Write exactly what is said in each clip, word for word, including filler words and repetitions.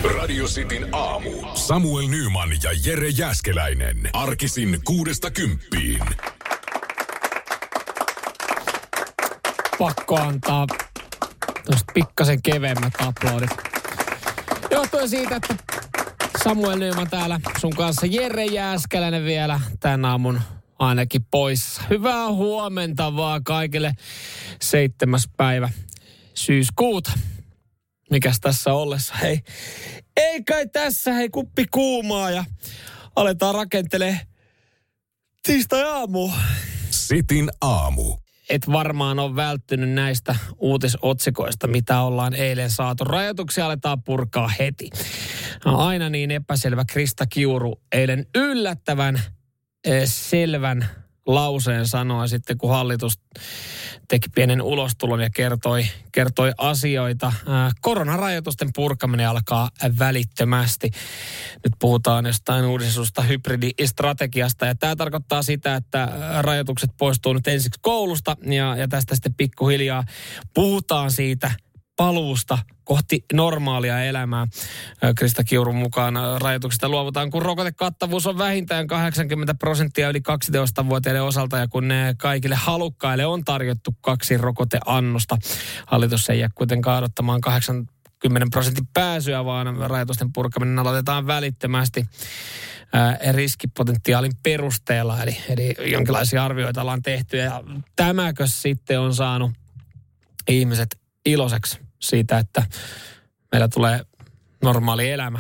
Radio Cityn aamu. Samuel Nyman ja Jere Jääskeläinen. Arkisin kuudesta kymppiin. Pakko antaa tuosta pikkasen keveämmät aplodit. Johtuen siitä, että Samuel Nyman täällä sun kanssa. Jere Jääskeläinen vielä tän aamun ainakin poissa. Hyvää huomenta vaan kaikille. Seitsemäs päivä syyskuuta. Mikäs tässä ollessa? Hei, ei kai tässä, hei kuppi kuumaa ja aletaan rakentelee tiistai-aamua. Cityn aamu. Et varmaan ole välttynyt näistä uutisotsikoista, mitä ollaan eilen saatu. Rajoituksia aletaan purkaa heti. Aina niin epäselvä Krista Kiuru eilen yllättävän eh, selvän lauseen sanoi sitten, kun hallitus teki pienen ulostulon ja kertoi, kertoi asioita. Ää, koronarajoitusten purkaminen alkaa välittömästi. Nyt puhutaan jostain uudisesta hybridistrategiasta. Ja tämä tarkoittaa sitä, että rajoitukset poistuu nyt ensiksi koulusta. Ja, ja tästä sitten pikkuhiljaa puhutaan siitä paluusta kohti normaalia elämää. Krista Kiurun mukaan rajoituksista luovutaan, kun rokotekattavuus on vähintään kahdeksankymmentä prosenttia yli kaksitoistavuotiaiden osalta ja kun ne kaikille halukkaille on tarjottu kaksi rokoteannosta. Hallitus ei jää kuitenkaan odottamaan kahdeksankymmentä prosentin pääsyä, vaan rajoitusten purkaminen aloitetaan välittömästi riskipotentiaalin perusteella. Eli, eli jonkinlaisia arvioita ollaan tehty ja tämäkö sitten on saanut ihmiset iloiseksi siitä, että meillä tulee normaali elämä.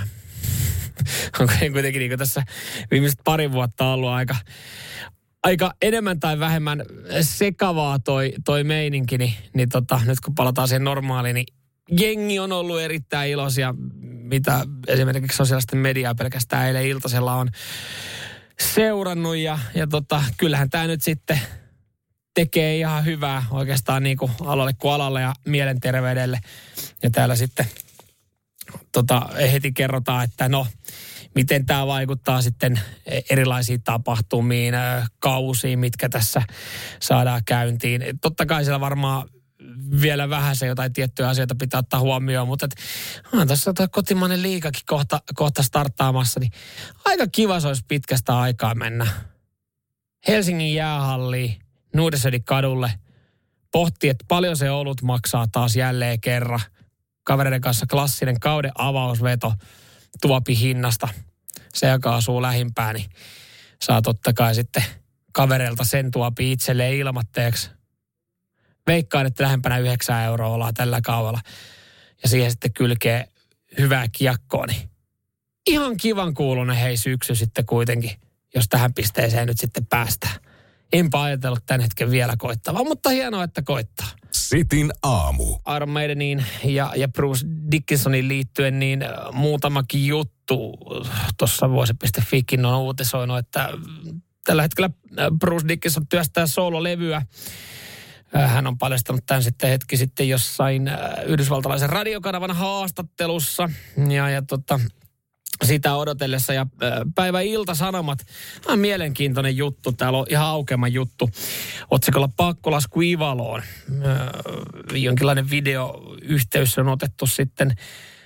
On kuitenkin niin kuin tässä viimeiset pari vuotta ollut aika, aika enemmän tai vähemmän sekavaa toi, toi meininki, niin, niin tota, nyt kun palataan siihen normaaliin, niin jengi on ollut erittäin iloisia, mitä esimerkiksi sosiaalisten mediaa pelkästään eilen iltasella on seurannut ja, ja tota, kyllähän tämä nyt sitten tekee ihan hyvää oikeastaan niin kuin alalle kuin alalle ja mielenterveydelle. Ja täällä sitten tota, heti kerrotaan, että no, miten tämä vaikuttaa sitten erilaisiin tapahtumiin, kausiin, mitkä tässä saadaan käyntiin. Totta kai siellä varmaan vielä vähän se jotain tiettyjä asioita pitää ottaa huomioon, mutta et, on tässä tuo kotimainen liigakin kohta, kohta starttaamassa, niin aika kiva se olisi pitkästä aikaa mennä Helsingin jäähalliin, Nuudesödin kadulle, pohti, että paljon se olut maksaa taas jälleen kerran. Kavereiden kanssa klassinen kauden avausveto tuopi hinnasta. Se, joka asuu lähimpään, niin saa totta kai sitten kavereilta sen tuopi itselleen ilmatteeksi. Veikkaan, että lähempänä yhdeksän euroa ollaan tällä kaudella. Ja siihen sitten kylkee hyvää kiekkoa, niin ihan kivan kuulunen hei syksy sitten kuitenkin, jos tähän pisteeseen nyt sitten päästään. Enpä ajatellut tämän hetken vielä koittavaa, mutta hienoa, että koittaa. Cityn aamu. Iron Maideniin ja, ja Bruce Dickinsoniin liittyen niin muutamakin juttu. Tuossa vuosi piste fikin on uutisoinut, että tällä hetkellä Bruce Dickinson työstää soololevyä. Hän on paljastanut tämän sitten hetki sitten jossain yhdysvaltalaisen radiokanavan haastattelussa. Ja, ja tota... sitä odotellessa ja päivä Ilta-Sanomat, on mielenkiintoinen juttu, täällä on ihan aukeama juttu, otsikolla Pakkolasku Ivaloon. Jonkinlainen videoyhteys on otettu sitten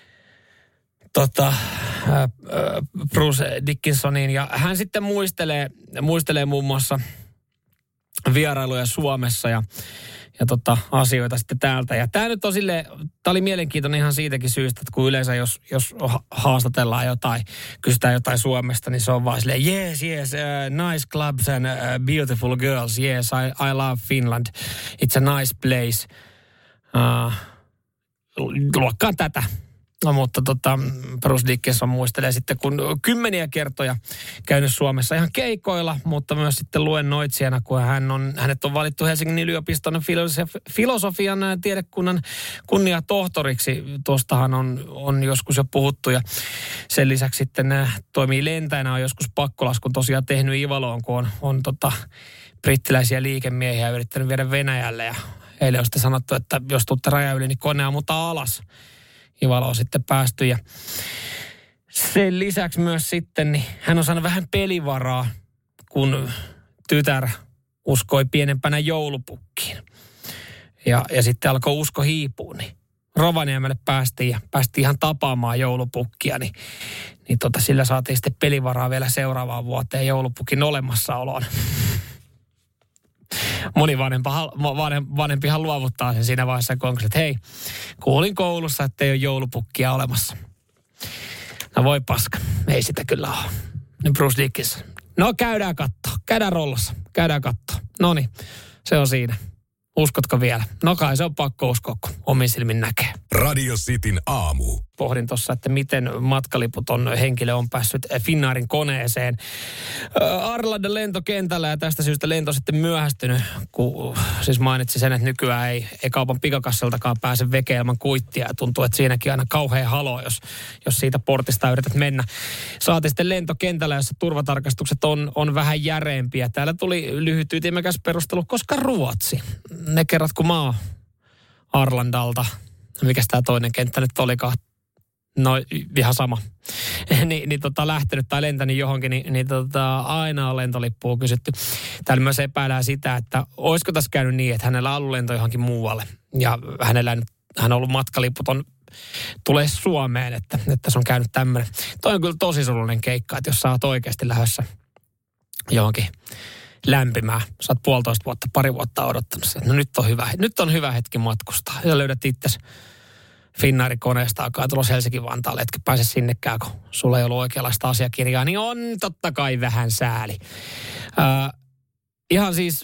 tota, Bruce Dickinsoniin ja hän sitten muistelee, muistelee muun muassa vierailuja Suomessa ja Ja tota, asioita sitten täältä. Ja tämä nyt on silleen, tämä oli mielenkiintoinen ihan siitäkin syystä, että kun yleensä jos, jos haastatellaan jotain, kysytään jotain Suomesta, niin se on vaan silleen, yes, yes, uh, nice clubs and uh, beautiful girls, yes, I, I love Finland, it's a nice place. Uh, luokkaan tätä. No, mutta tota, Bruce Dickinson muistelee sitten, kun kymmeniä kertoja käynyt Suomessa ihan keikoilla, mutta myös sitten luennoitsijana, kun hän on, hänet on valittu Helsingin yliopiston filosofian tiedekunnan kunniatohtoriksi. Tuostahan on, on joskus jo puhuttu ja sen lisäksi sitten toimii lentäjänä, on joskus pakkolaskun tosiaan tehnyt Ivaloon, kun on, on tota, brittiläisiä liikemiehiä yrittänyt viedä Venäjälle ja eilen on sitten sanottu, että jos tuutte rajan yli, niin kone ammutaan alas. Ivalo on sitten päästy ja sen lisäksi myös sitten, niin hän on saanut vähän pelivaraa, kun tytär uskoi pienempänä joulupukkiin. Ja, ja sitten alkoi usko hiipua, niin Rovaniemelle päästiin ja päästiin ihan tapaamaan joulupukkia, niin, niin tota, sillä saatiin sitten pelivaraa vielä seuraavaan vuoteen joulupukin olemassaoloon. Moni vanhempihan luovuttaa sen siinä vaiheessa, kun onko se, että hei, kuulin koulussa, että ei ole joulupukkia olemassa. No voi paska, ei sitä kyllä ole. Niin Bruce Dickinson. No käydään kattoo, käydään rollossa, käydään kattoo. Noniin, se on siinä. Uskotko vielä? No kai se on pakko uskoa, kun omin silmin näkee. Radio Cityn aamu. Pohdin tuossa, että miten matkaliputon henkilö on päässyt Finnairin koneeseen Arlandan lentokentällä ja tästä syystä lento sitten myöhästynyt, kun siis mainitsi sen, että nykyään ei, ei kaupan pikakassaltakaan pääse veke ilman kuittia ja tuntuu, että siinäkin aina kauhean haloo, jos, jos siitä portista yrität mennä. Saatiin sitten lentokentällä, jossa turvatarkastukset on, on vähän järeempiä. Täällä tuli lyhyt ytimekäs perustelu, koska Ruotsi. Ne kerrat, kun mä oon Arlandalta, mikäs tää toinen kenttä nyt olikaan, no ihan sama, Ni, niin tota, lähtenyt tai lentänyt johonkin, niin, niin tota, aina on lentolippua kysytty. Täällä myös epäilää sitä, että olisiko tässä käynyt niin, että hänellä on ollut lento johonkin muualle. Ja hänellä hän on ollut matkaliputon tulee Suomeen, että, että se on käynyt tämmöinen. Toi on kyllä tosi surullinen keikka, että jos sä oot oikeasti lähdössä johonkin lämpimään. Sä oot puolitoista vuotta, pari vuotta odottanut sen. No nyt on hyvä, nyt on hyvä hetki matkustaa. Ja löydät itsesi Finnairin koneesta alkaa tulossa Helsinki-Vantaalle, etkä pääse sinnekään, kun sulla ei ollut oikeanlaista asiakirjaa, niin on totta kai vähän sääli. Äh, ihan siis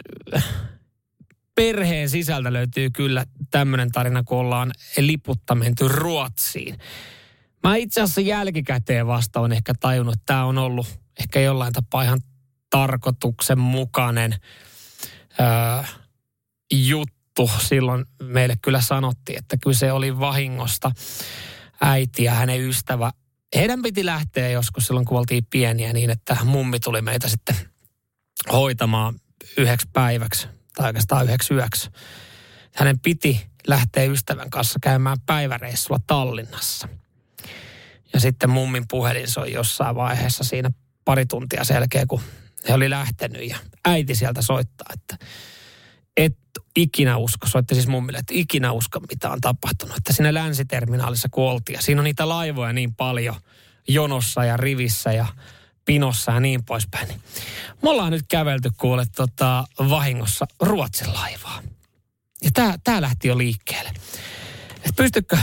perheen sisältä löytyy kyllä tämmöinen tarina, kun ollaan liputta menty Ruotsiin. Mä itse asiassa jälkikäteen vasta on ehkä tajunnut, että tämä on ollut ehkä jollain tapaa ihan tarkoituksenmukainen äh, juttu. Silloin meille kyllä sanottiin, että kyse oli vahingosta. Äiti ja hänen ystävä. Heidän piti lähteä joskus silloin, kun oltiin pieniä niin, että mummi tuli meitä sitten hoitamaan yhdeksi päiväksi tai oikeastaan yhdeksi yöksi. Hänen piti lähteä ystävän kanssa käymään päiväreissulla Tallinnassa. Ja sitten mummin puhelin soi jossain vaiheessa siinä pari tuntia selkeä, kun he oli lähtenyt ja äiti sieltä soittaa, että et ikinä usko, soitti siis mummille, että ikinä usko, mitä on tapahtunut. Että siinä länsiterminaalissa kun oltiin, ja siinä on niitä laivoja niin paljon jonossa ja rivissä ja pinossa ja niin poispäin. Niin me ollaan nyt kävelty kuule tota, vahingossa Ruotsin laivaa. Ja tää, tää lähti jo liikkeelle. Et pystytkö,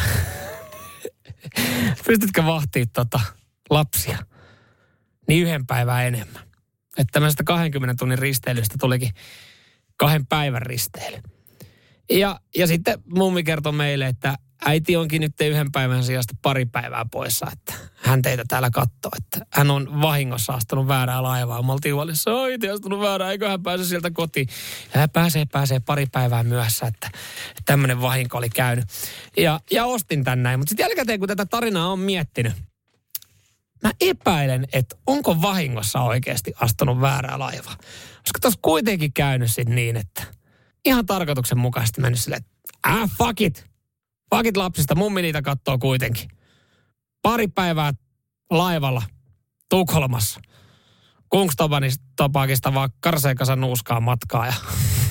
pystytkö vahtimaan tota lapsia niin yhden päivän enemmän? Että tämmöisestä kahdenkymmenen tunnin risteilystä tulikin kahden päivän risteily. Ja, ja sitten mummi kertoi meille, että äiti onkin nyt yhden päivän sijasta pari päivää poissa, että hän teitä täällä katsoo, että hän on vahingossa astunut väärää laivaa. Me oltiin huolissa, oi te astunut väärää, eikö hän pääse sieltä kotiin. Ja hän pääsee, pääsee pari päivää myöhässä, että tämmöinen vahinko oli käynyt. Ja, ja ostin tän näin, mutta sitten jälkikäteen, kun tätä tarinaa on miettinyt, mä epäilen, että onko vahingossa oikeasti astunut väärää laivaa. Olisiko tuossa kuitenkin käynyt sitten niin, että ihan tarkoituksenmukaisesti mennyt silleen, että äh, fuck it. Fuck it lapsista, mummi niitä kattoo kuitenkin. Pari päivää laivalla Tukholmassa. Kungstopakista vaan karseen kasan nuuskaan matkaa ja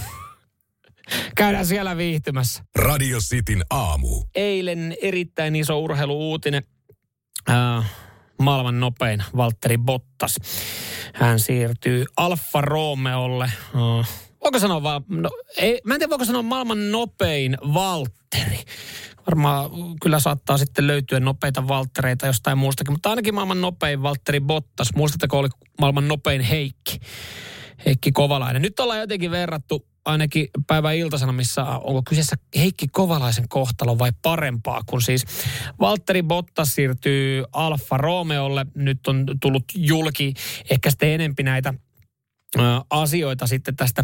käydään siellä viihtymässä. Radio Cityn aamu. Eilen erittäin iso urheiluuutinen. Äh, maailman nopein Valtteri Bottas. Hän siirtyy Alfa Romeolle. Uh, voiko sanoa vaan, no, ei, mä en tiedä voiko sanoa maailman nopein Valtteri. Varmaan kyllä saattaa sitten löytyä nopeita Valttereita jostain muustakin, mutta ainakin maailman nopein Valtteri Bottas. Muistatteko oli maailman nopein Heikki? Heikki Kovalainen. Nyt ollaan jotenkin verrattu ainakin päivän Ilta-Sanomissa, onko kyseessä Heikki Kovalaisen kohtalo vai parempaa, kun siis Valtteri Bottas siirtyy Alfa Romeolle. Nyt on tullut julki ehkä sitten enempi näitä ä, asioita sitten tästä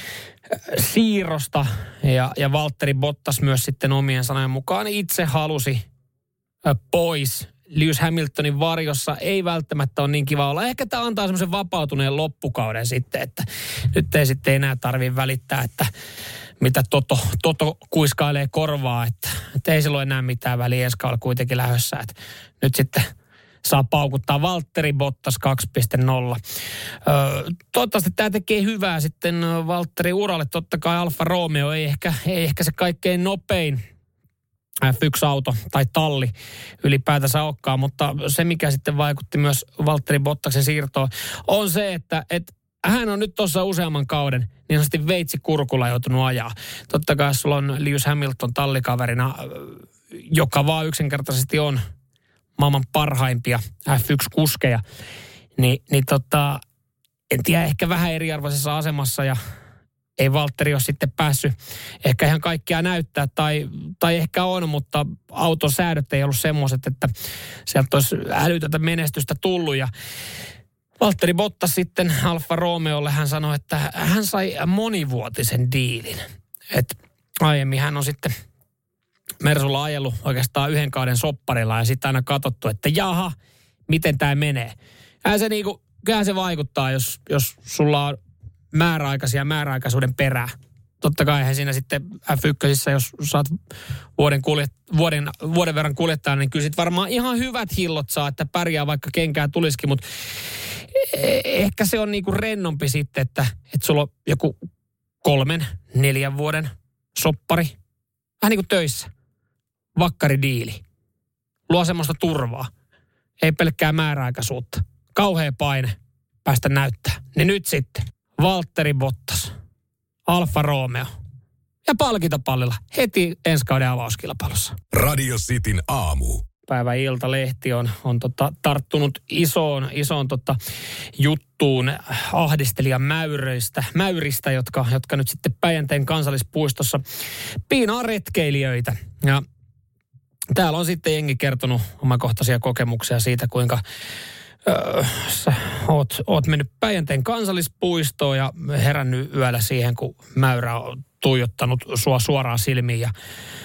siirrosta. Ja, ja Valtteri Bottas myös sitten omien sanojen mukaan itse halusi ä, pois Lewis Hamiltonin varjossa. Ei välttämättä ole niin kiva olla. Ehkä tämä antaa semmoisen vapautuneen loppukauden sitten, että nyt ei sitten enää tarvitse välittää, että mitä Toto, Toto kuiskailee korvaa, että, että ei sillä ole enää mitään väliä. Eska oli kuitenkin lähdössä, että nyt sitten saa paukuttaa Valtteri Bottas kaksi piste nolla. Öö, toivottavasti tämä tekee hyvää sitten Valtteri uralle. Totta kai Alfa Romeo ei ehkä, ei ehkä se kaikkein nopein F yksi auto tai talli ylipäätänsä olekaan, mutta se mikä sitten vaikutti myös Valtteri Bottaksen siirtoon on se, että, että hän on nyt tuossa useamman kauden niin sanotusti veitsi kurkulla joutunut ajaa. Totta kai sulla on Lewis Hamilton tallikaverina, joka vaan yksinkertaisesti on maailman parhaimpia F yksi kuskeja, Ni, niin tota, en tiedä, ehkä vähän eriarvoisessa asemassa ja ei Valtteri ole sitten päässyt ehkä ihan kaikkia näyttää tai, tai ehkä on, mutta auton säädöt ei ollut semmoiset, että sieltä olisi älytöntä menestystä tullut ja Valtteri Bottas sitten Alfa Romeolle hän sanoi, että hän sai monivuotisen diilin. Että aiemmin hän on sitten Mersulla ajellut oikeastaan yhden kauden sopparilla ja sitten aina katsottu, että jaha, miten tämä menee. Kyllähän se, niinku, kyllähän se vaikuttaa, jos, jos sulla on määräaikaisia määräaikaisuuden perää. Totta kai he siinä sitten F yksi, jos saat vuoden, kuljet, vuoden, vuoden verran kuljettaa, niin kyllä sit varmaan ihan hyvät hillot saa, että pärjää vaikka kenkää tulisikin, mutta ehkä se on niinku rennompi sitten, että, että sulla on joku kolmen, neljän vuoden soppari. Vähän niin kuin töissä. Vakkaridiili. Luo semmoista turvaa. Ei pelkkää määräaikaisuutta. Kauhea paine päästä näyttää. Niin nyt sitten Valtteri Bottas, Alfa Romeo ja palkintopallilla heti ensi kauden avauskilpailussa. Radio Cityn aamu. Päivä Iltalehti on, on tota, tarttunut isoon, isoon tota, juttuun ahdistelijan mäyristä, mäyristä jotka, jotka nyt sitten Päijänteen kansallispuistossa piinaa retkeilijöitä. Ja täällä on sitten jengi kertonut omakohtaisia kokemuksia siitä, kuinka öö, sä oot, oot mennyt Päijänteen kansallispuistoon ja herännyt yöllä siihen, kun mäyrä on tuijottanut sua suoraan silmiin ja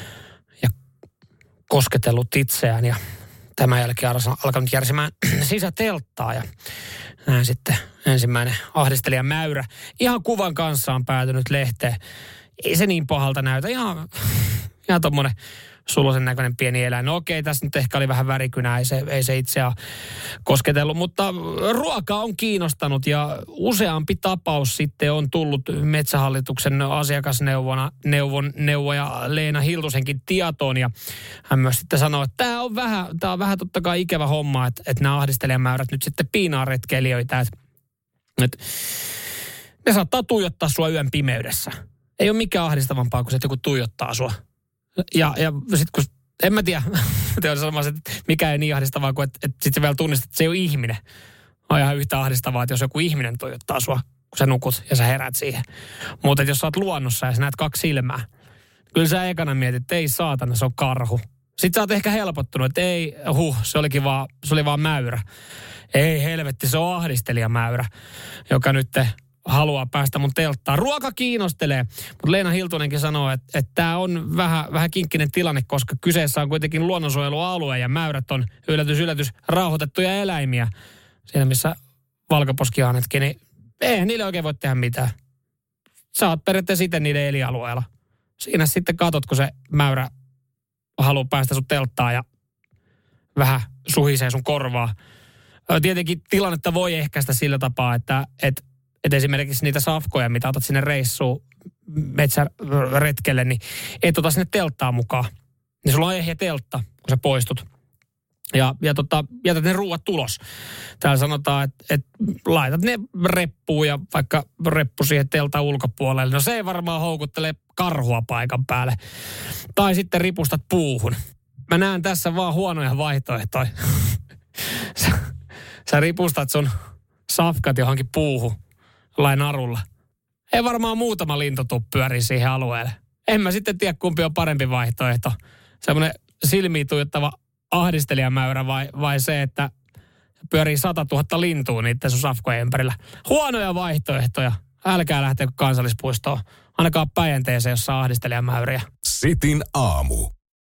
kosketellut itseään ja tämän jälkeen alkanut järsimään sisätelttaa ja näin sitten ensimmäinen ahdistelija mäyrä. Ihan kuvan kanssa on päätynyt lehteen. Ei se niin pahalta näytä. Ihan, ihan tommonen sulosen näköinen pieni eläin. No okei, tässä nyt ehkä oli vähän värikynää, ei se, ei se itseään kosketellut, mutta ruoka on kiinnostanut ja useampi tapaus sitten on tullut Metsähallituksen asiakasneuvona neuvon, neuvoja Leena Hiltusenkin tietoon ja hän myös sitten sanoi, että tämä on vähän, tämä on vähän totta kai ikävä homma, että, että nämä ahdistelijamäyrät nyt sitten piinaa retkeilijöitä, että, että ne saattaa tuijottaa sua yön pimeydessä. Ei ole mikään ahdistavampaa kuin se, että joku tuijottaa sua. Ja, ja sitten kun, en mä tiedä, te on sanomaan, että mikä ei niin ahdistavaa kuin, että, että sitten vielä tunnistat, että se ei ole ihminen. On ihan yhtä ahdistavaa, että jos joku ihminen tuijottaa sua, kun sä nukut ja sä herät siihen. Mutta jos sä oot luonnossa ja sä näet kaksi silmää, kyllä sä ekana mietit, että ei saatana, se on karhu. Sitten sä oot ehkä helpottunut, että ei, huh, se olikin vaan, se oli vaan mäyrä. Ei helvetti, se on ahdistelijamäyrä, joka nyt haluaa päästä mun telttaan. Ruoka kiinnostelee, mutta Leena Hiltunenkin sanoo, että, että tämä on vähän, vähän kinkkinen tilanne, koska kyseessä on kuitenkin luonnonsuojelualue ja mäyrät on yllätys, yllätys, rauhoitettuja eläimiä. Siinä missä valkoposkihanetkin, niin ei niille oikein voi tehdä mitään. Sä oot periaatteessa itse niiden elialueella. Siinä sitten katot, kun se mäyrä haluaa päästä sun telttaan ja vähän suhisee sun korvaa. Tietenkin tilannetta voi ehkäistä sillä tapaa, että, että Että esimerkiksi niitä safkoja, mitä otat sinne reissuun metsäretkelle, niin et ota sinne telttaa mukaan. Niin sulla on ehjä teltta, kun sä poistut. Ja, ja tota, jätät ne ruuat tulos. Täällä sanotaan, että, että laitat ne reppuun ja vaikka reppu siihen teltan ulkopuolelle. No se ei varmaan houkuttele karhua paikan päälle. Tai sitten ripustat puuhun. Mä näen tässä vaan huonoja vaihtoehtoja. sä, sä ripustat sun safkat johonkin puuhun. Lain narulla. Ei varmaan muutama lintu tuu pyörii siihen alueelle. En mä sitten tiedä, kumpi on parempi vaihtoehto. Semmoinen silmiin tuijottava ahdistelijamäyrä vai, vai se, että pyörii sata tuhatta lintua niiden sun safkojen ympärillä. Huonoja vaihtoehtoja. Älkää lähteä kansallispuistoon. Ainakaan Päijänteeseen, jossa on ahdistelijamäyriä. Cityn aamu.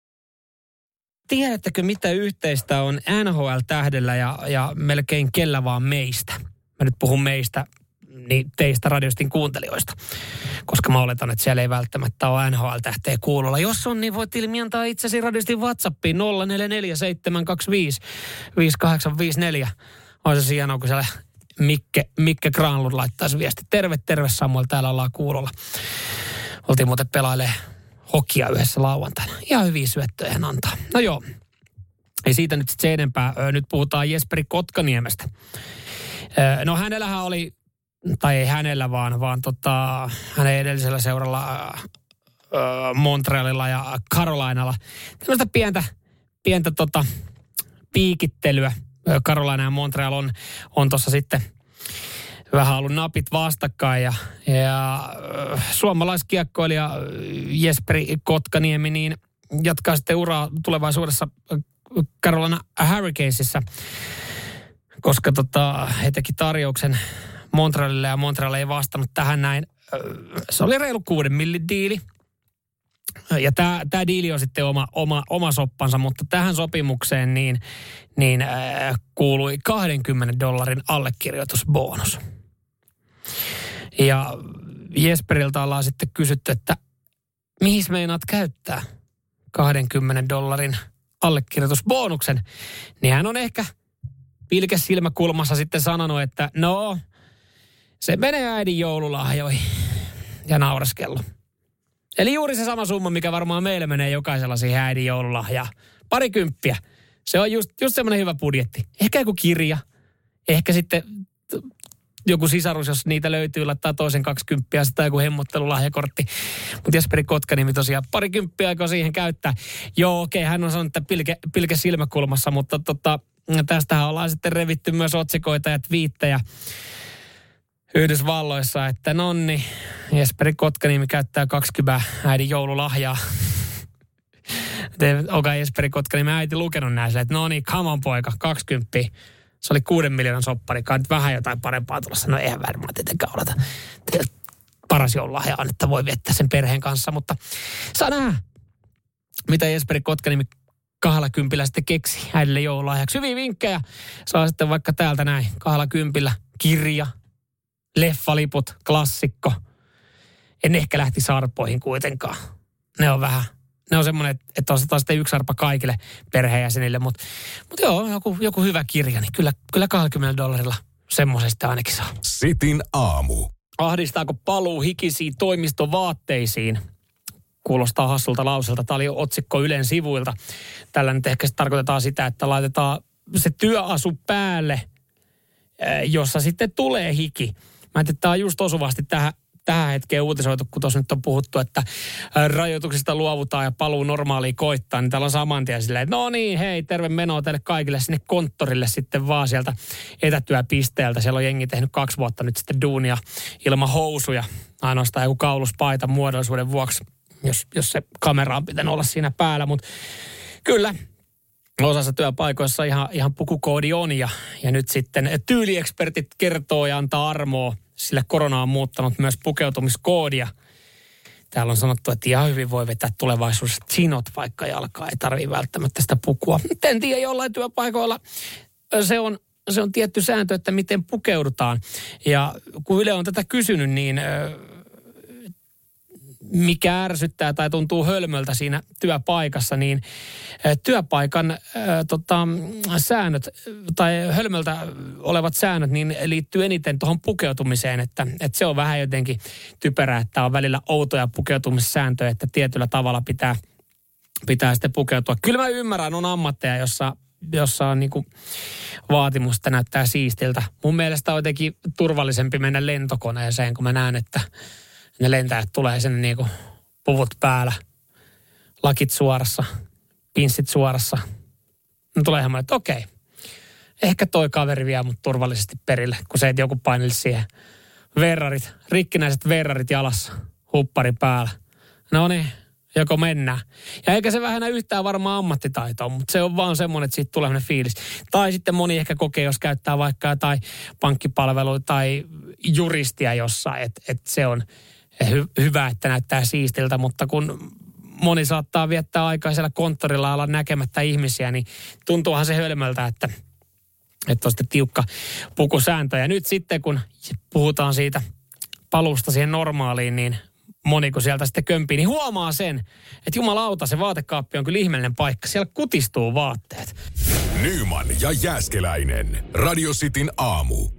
Tiedättekö, mitä yhteistä on N H L-tähdellä ja, ja melkein kellä vaan meistä? Mä nyt puhun meistä, niin teistä radiostin kuuntelijoista, koska mä oletan, että siellä ei välttämättä ole N H L-tähteä kuulolla. Jos on, niin voit ilmiantaa itsesi radiostin WhatsAppiin nolla neljä neljä seitsemän kaksi viisi viisi kahdeksan viisi neljä. Olisi se hienoa, kun siellä Mikke, Mikke Granlund laittaisi viesti. Terve, terve Samuel, täällä ollaan kuulolla. Oltiin muuten pelailemaan hokia yhdessä lauantaina. Ihan hyviä syöttöjä hän antaa. No joo, ei siitä nyt sitten se enempää. Nyt puhutaan Jesperi Kotkaniemestä. No hänellähän oli, tai ei hänellä vaan, vaan tota, hänen edellisellä seuralla Montrealilla ja Carolinalla. Tällaista pientä, pientä tota, piikittelyä. Carolina ja Montreal on, on tuossa sitten vähän ollut napit vastakkain. Ja, ja suomalaiskiekkoilija Jesperi Kotkaniemi niin jatkaa sitten uraa tulevaisuudessa Carolina Hurricanesissa, koska tota, he teki tarjouksen Montrealille ja Montreal ei vastannut tähän näin. Se oli reilu kuuden millin diili. Ja tämä, tämä diili on sitten oma, oma, oma soppansa, mutta tähän sopimukseen niin, niin äh, kuului kaksikymmentä dollarin allekirjoitusbonus. Ja Jesperiltä ollaan sitten kysytty, että mihin meinaat käyttää kaksikymmentä dollarin allekirjoitusbonuksen. Niin hän on ehkä pilkäs silmäkulmassa sitten sanonut, että no, se menee äidin joululahjoihin ja nauraskellut. Eli juuri se sama summa, mikä varmaan meille menee jokaisella siihen äidin joululahjaan. Parikymppiä. Se on just, just semmoinen hyvä budjetti. Ehkä joku kirja. Ehkä sitten joku sisarus, jos niitä löytyy, laittaa toisen kaksikymppiä, sitten joku hemmottelulahjakortti. Mutta Jesperi Kotkaniemi tosiaan parikymppiä aikoo siihen käyttää. Joo, okei, okay, hän on sanonut, että pilke, pilke silmäkulmassa, mutta tota, tästähän ollaan sitten revitty myös otsikoita ja twiittejä Yhdysvalloissa, että nonni, Jesperi Kotkaniemi käyttää kaksikymmentä äidin joululahjaa. Onko Jesperi Kotkaniemi äiti lukenut näissä, että no niin, come on poika, kaksikymmentä. Se oli kuuden miljoonan soppari, kai nyt vähän jotain parempaa tulossa. No eihän varmaan tietenkään oleta. Paras joululahja on, että voi viettää sen perheen kanssa, mutta saa nähdä, mitä Jesperi Kotkaniemi kahdella kympillä sitten keksi äidille joululahjaksi. Hyviä vinkkejä saa sitten vaikka täältä näin, kahdella kympillä kirja, leffaliput, klassikko. En ehkä lähti arpoihin kuitenkaan. Ne on vähän, ne on semmoinen, että ostetaan sitten yksi arpa kaikille perheenjäsenille. Mutta mut joo, joku, joku hyvä kirja, niin kyllä, kyllä kaksikymmentä dollarilla semmoisesta ainakin saa. Sitin aamu. Ahdistaako paluu hikisiin toimistovaatteisiin? Kuulostaa hassulta lauselta. Tämä oli otsikko Ylen sivuilta. Tällä nyt ehkä tarkoitetaan sitä, että laitetaan se työasu päälle, jossa sitten tulee hiki. Mä ajattelin, että tämä on just osuvasti tähän, tähän hetkeen uutisoitu, kun tuossa nyt on puhuttu, että rajoituksista luovutaan ja paluu normaaliin koittaa, niin täällä on saman tien silleen, että no niin, hei, terve menoa teille kaikille sinne konttorille sitten vaan sieltä etätyöpisteeltä. Siellä on jengi tehnyt kaksi vuotta nyt sitten duunia ilman housuja, ainoastaan joku kauluspaita muodollisuuden vuoksi, jos, jos se kamera on pitänyt olla siinä päällä, mutta kyllä. Osassa työpaikoissa ihan, ihan pukukoodi on ja, ja nyt sitten tyyliekspertit kertoo ja antaa armoa, sillä korona on muuttanut myös pukeutumiskoodia. Täällä on sanottu, että ihan hyvin voi vetää tulevaisuudessa chinot vaikka jalkaa, ei tarvitse välttämättä sitä pukua. En tiedä, jollain työpaikoilla se on, se on tietty sääntö, että miten pukeudutaan. Ja kun Yle on tätä kysynyt, niin mikä ärsyttää tai tuntuu hölmöltä siinä työpaikassa, niin työpaikan ä, tota, säännöt tai hölmöltä olevat säännöt niin liittyy eniten tuohon pukeutumiseen, että, että se on vähän jotenkin typerää, että on välillä outoja pukeutumissääntöjä, että tietyllä tavalla pitää, pitää sitten pukeutua. Kyllä mä ymmärrän, on ammatteja, jossa, jossa on niinku vaatimusta näyttää siistiltä. Mun mielestä on jotenkin turvallisempi mennä lentokoneeseen, kun mä näen, että ne lentäjät tulee sinne niinku puvut päällä, lakit suorassa, pinssit suorassa. No tulee ihan että okei, ehkä toi kaveri vie mut turvallisesti perille, kun se et joku painelisi siihen. Verrarit, rikkinäiset verrarit jalassa, huppari päällä. No niin, joko mennään. Ja eikä se vähennä yhtään varmaan ammattitaitoa, mutta se on vaan semmoinen, että siitä tulee fiilis. Tai sitten moni ehkä kokee, jos käyttää vaikka jotain pankkipalvelua tai juristia jossain, että et se on hy- hyvä, että näyttää siistiltä, mutta kun moni saattaa viettää aikaa siellä konttorilla olla näkemättä ihmisiä, niin tuntuuhan se hölmöltä, että, että on sitten tiukka pukusääntö. Ja nyt sitten, kun puhutaan siitä paluusta siihen normaaliin, niin moni kun sieltä sitten kömpii, niin huomaa sen, että jumalauta, se vaatekaappi on kyllä ihmeellinen paikka. Siellä kutistuu vaatteet. Nyman ja Jääskeläinen. Radio Cityn aamu.